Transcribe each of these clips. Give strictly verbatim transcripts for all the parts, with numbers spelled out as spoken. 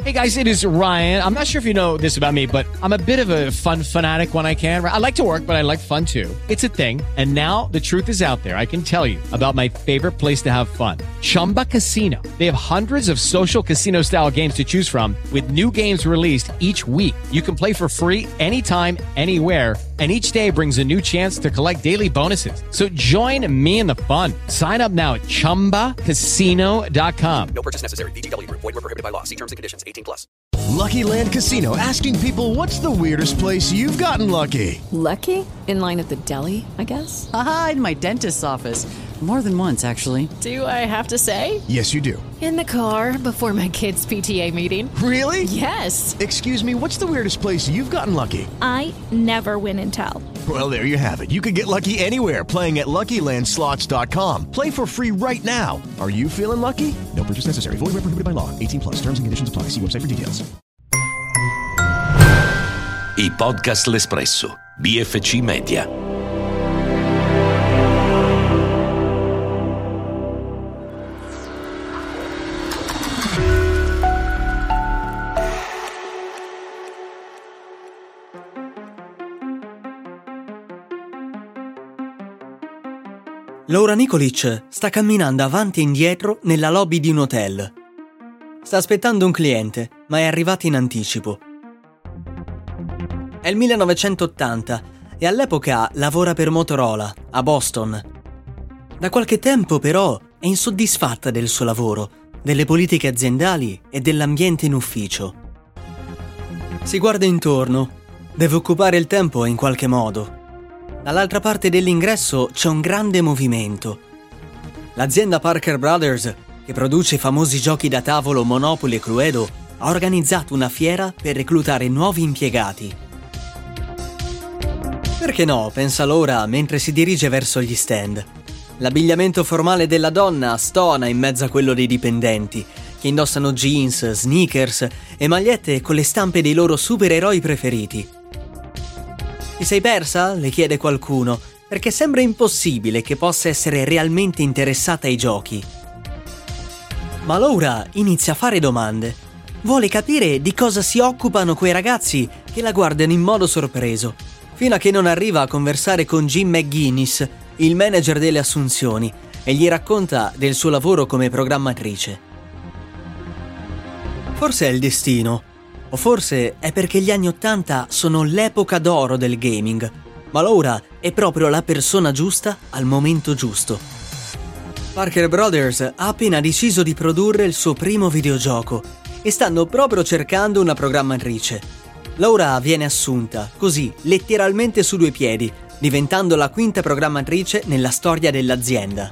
Hey guys, it is Ryan. I'm not sure if you know this about me, but I'm a bit of a fun fanatic when I can. I like to work, but I like fun too. It's a thing. And now the truth is out there. I can tell you about my favorite place to have fun. Chumba Casino. They have hundreds of social casino style games to choose from with new games released each week. You can play for free anytime, anywhere. And each day brings a new chance to collect daily bonuses. So join me in the fun. Sign up now at chumba casino dot com. No purchase necessary. V G W Group. Void where prohibited by law. See terms and conditions. eighteen plus. Lucky Land Casino, asking people, what's the weirdest place you've gotten lucky? Lucky? In line at the deli, I guess? Aha, in my dentist's office. More than once, actually. Do I have to say? Yes, you do. In the car before my kids' P T A meeting. Really? Yes. Excuse me, what's the weirdest place you've gotten lucky? I never win and tell. Well, there you have it. You can get lucky anywhere, playing at Lucky Land Slots dot com. Play for free right now. Are you feeling lucky? No purchase necessary. Void where prohibited by law. eighteen plus. Terms and conditions apply. See website for details. I podcast L'Espresso, B F C Media. Laura Nikolic sta camminando avanti e indietro nella lobby di un hotel. Sta aspettando un cliente, ma è arrivata in anticipo. È il millenovecentottanta e all'epoca lavora per Motorola, a Boston. Da qualche tempo, però, è insoddisfatta del suo lavoro, delle politiche aziendali e dell'ambiente in ufficio. Si guarda intorno, deve occupare il tempo in qualche modo. Dall'altra parte dell'ingresso c'è un grande movimento. L'azienda Parker Brothers, che produce i famosi giochi da tavolo Monopoly e Cluedo, ha organizzato una fiera per reclutare nuovi impiegati. Perché no, pensa Laura mentre si dirige verso gli stand. L'abbigliamento formale della donna stona in mezzo a quello dei dipendenti, che indossano jeans, sneakers e magliette con le stampe dei loro supereroi preferiti. Ti sei persa? Le chiede qualcuno, perché sembra impossibile che possa essere realmente interessata ai giochi. Ma Laura inizia a fare domande. Vuole capire di cosa si occupano quei ragazzi che la guardano in modo sorpreso, fino a che non arriva a conversare con Jim McGuinness, il manager delle assunzioni, e gli racconta del suo lavoro come programmatrice. Forse è il destino. O forse è perché gli anni Ottanta sono l'epoca d'oro del gaming, ma Laura è proprio la persona giusta al momento giusto. Parker Brothers ha appena deciso di produrre il suo primo videogioco e stanno proprio cercando una programmatrice. Laura viene assunta, così, letteralmente su due piedi, diventando la quinta programmatrice nella storia dell'azienda.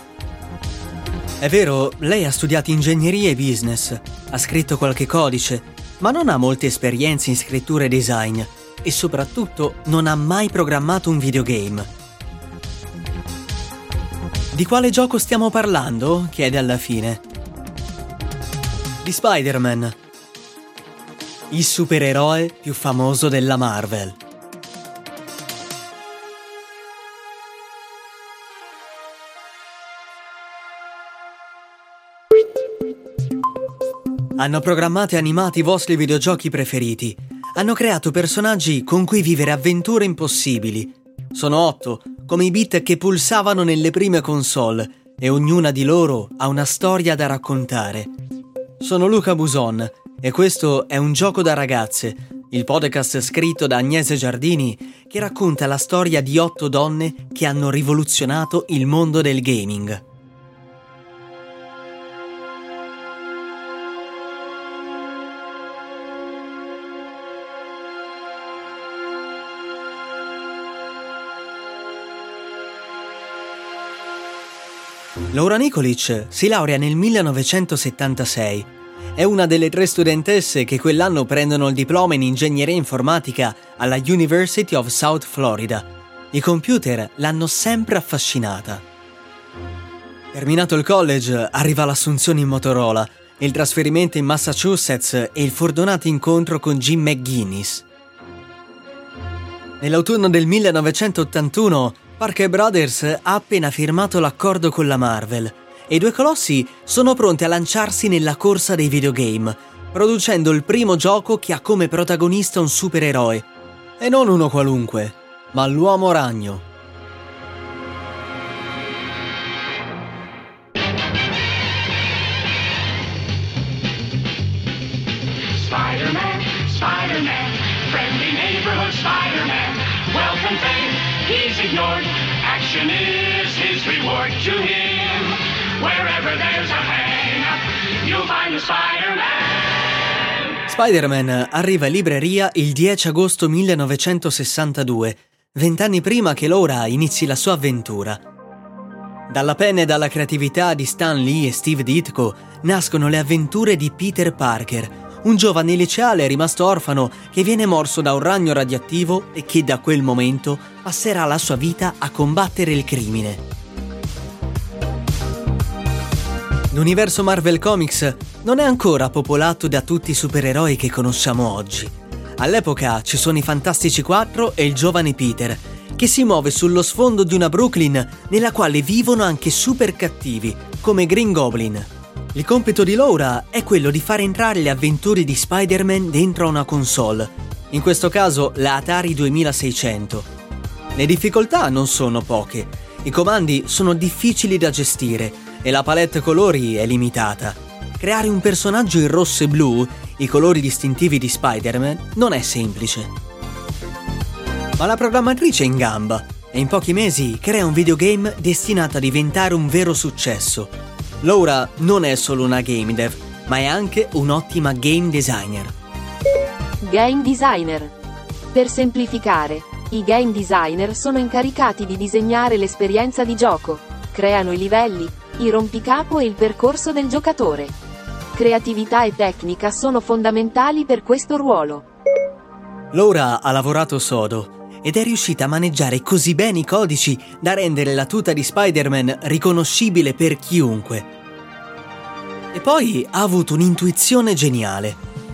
È vero, lei ha studiato ingegneria e business, ha scritto qualche codice, ma non ha molte esperienze in scrittura e design e soprattutto non ha mai programmato un videogame. Di quale gioco stiamo parlando? Chiede alla fine. Di Spider-Man, il supereroe più famoso della Marvel. Hanno programmato e animato i vostri videogiochi preferiti. Hanno creato personaggi con cui vivere avventure impossibili. Sono otto, come i beat che pulsavano nelle prime console, e ognuna di loro ha una storia da raccontare. Sono Luca Buson, e questo è Un gioco da ragazze, il podcast scritto da Agnese Giardini che racconta la storia di otto donne che hanno rivoluzionato il mondo del gaming. Laura Nikolic si laurea nel millenovecentosettantasei. È una delle tre studentesse che quell'anno prendono il diploma in ingegneria informatica alla University of South Florida. I computer l'hanno sempre affascinata. Terminato il college, arriva l'assunzione in Motorola, il trasferimento in Massachusetts e il fortunato incontro con Jim McGuinness. Nell'autunno del millenovecentottantuno, Parker Brothers ha appena firmato l'accordo con la Marvel e i due colossi sono pronti a lanciarsi nella corsa dei videogame, producendo il primo gioco che ha come protagonista un supereroe, e non uno qualunque, ma l'Uomo Ragno. Spider-Man, Spider-Man, friendly neighborhood Spider-Man. Wealth and fame, he's ignored. Action is his reward to him. Wherever there's a hang-up, you'll find the Spider-Man. Spider-Man arriva in libreria il dieci agosto millenovecentosessantadue, vent'anni prima che Laura inizi la sua avventura. Dalla penna e dalla creatività di Stan Lee e Steve Ditko nascono le avventure di Peter Parker, un giovane liceale rimasto orfano che viene morso da un ragno radioattivo e che da quel momento passerà la sua vita a combattere il crimine. L'universo Marvel Comics non è ancora popolato da tutti i supereroi che conosciamo oggi. All'epoca ci sono i Fantastici quattro e il giovane Peter, che si muove sullo sfondo di una Brooklyn nella quale vivono anche super cattivi, come Green Goblin. Il compito di Laura è quello di fare entrare le avventure di Spider-Man dentro a una console, in questo caso la Atari duemilaseicento. Le difficoltà non sono poche, i comandi sono difficili da gestire e la palette colori è limitata. Creare un personaggio in rosso e blu, i colori distintivi di Spider-Man, non è semplice. Ma la programmatrice è in gamba e in pochi mesi crea un videogame destinato a diventare un vero successo. Laura non è solo una game dev, ma è anche un'ottima game designer. Game designer. Per semplificare, i game designer sono incaricati di disegnare l'esperienza di gioco, creano i livelli, i rompicapo e il percorso del giocatore. Creatività e tecnica sono fondamentali per questo ruolo. Laura ha lavorato sodo ed è riuscita a maneggiare così bene i codici da rendere la tuta di Spider-Man riconoscibile per chiunque. E poi ha avuto un'intuizione geniale.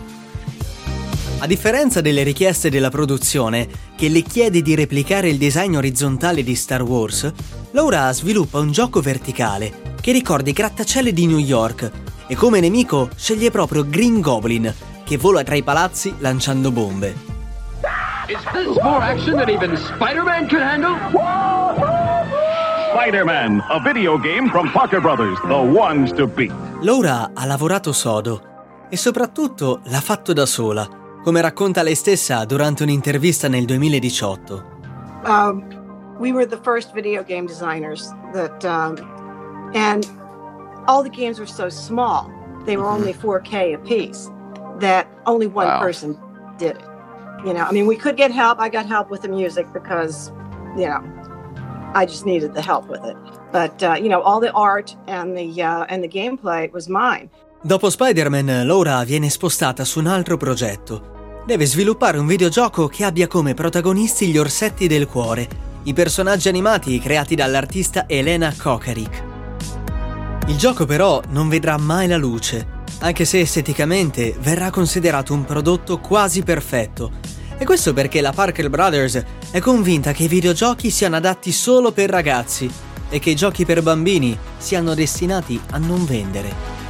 A differenza delle richieste della produzione, che le chiede di replicare il design orizzontale di Star Wars, Laura sviluppa un gioco verticale che ricorda i grattacieli di New York e come nemico sceglie proprio Green Goblin, che vola tra i palazzi lanciando bombe. Is this more action than even Spider-Man could handle? Spider-Man, a video game from Parker Brothers, the ones to beat. Laura ha lavorato sodo e soprattutto l'ha fatto da sola, come racconta lei stessa durante un'intervista nel duemiladiciotto. Um, we were the first video game designers that, um, and all the games were so small, they were only four K a piece, that only one wow. person did it. You know, I mean, we could get help. I got help with the music because, you know, I just needed the help with it. But, uh, you know, all the art and the, uh, and the gameplay was mine. Dopo Spider-Man, Laura viene spostata su un altro progetto. Deve sviluppare un videogioco che abbia come protagonisti gli orsetti del cuore, i personaggi animati creati dall'artista Elena Kokarik. Il gioco però non vedrà mai la luce, anche se esteticamente verrà considerato un prodotto quasi perfetto. E questo perché la Parker Brothers è convinta che i videogiochi siano adatti solo per ragazzi e che i giochi per bambini siano destinati a non vendere.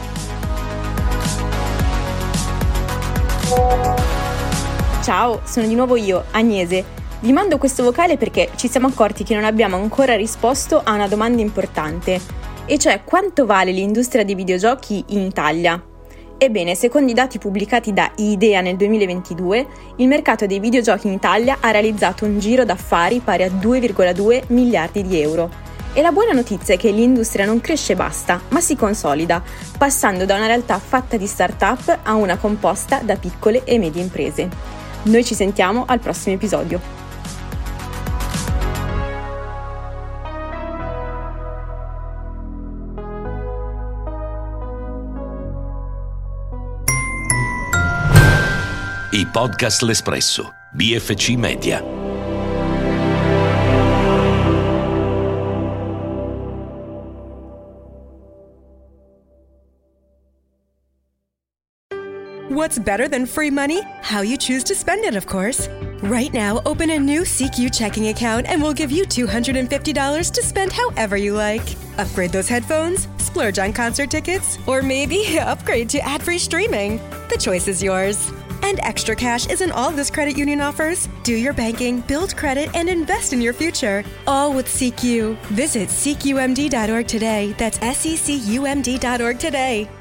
Ciao, sono di nuovo io, Agnese. Vi mando questo vocale perché ci siamo accorti che non abbiamo ancora risposto a una domanda importante, e cioè quanto vale l'industria dei videogiochi in Italia? Ebbene, secondo i dati pubblicati da IDEA nel duemilaventidue, il mercato dei videogiochi in Italia ha realizzato un giro d'affari pari a due virgola due miliardi di euro. E la buona notizia è che l'industria non cresce e basta, ma si consolida, passando da una realtà fatta di start-up a una composta da piccole e medie imprese. Noi ci sentiamo al prossimo episodio. I podcast L'Espresso, B F C Media. What's better than free money? How you choose to spend it, of course. Right now, open a new S E Q checking account and we'll give you two hundred fifty dollars to spend however you like. Upgrade those headphones, splurge on concert tickets, or maybe upgrade to ad-free streaming. The choice is yours. And extra cash isn't all this credit union offers. Do your banking, build credit, and invest in your future. All with S E Q. Visit S E Q M D dot org today. That's S E C U M D dot org today.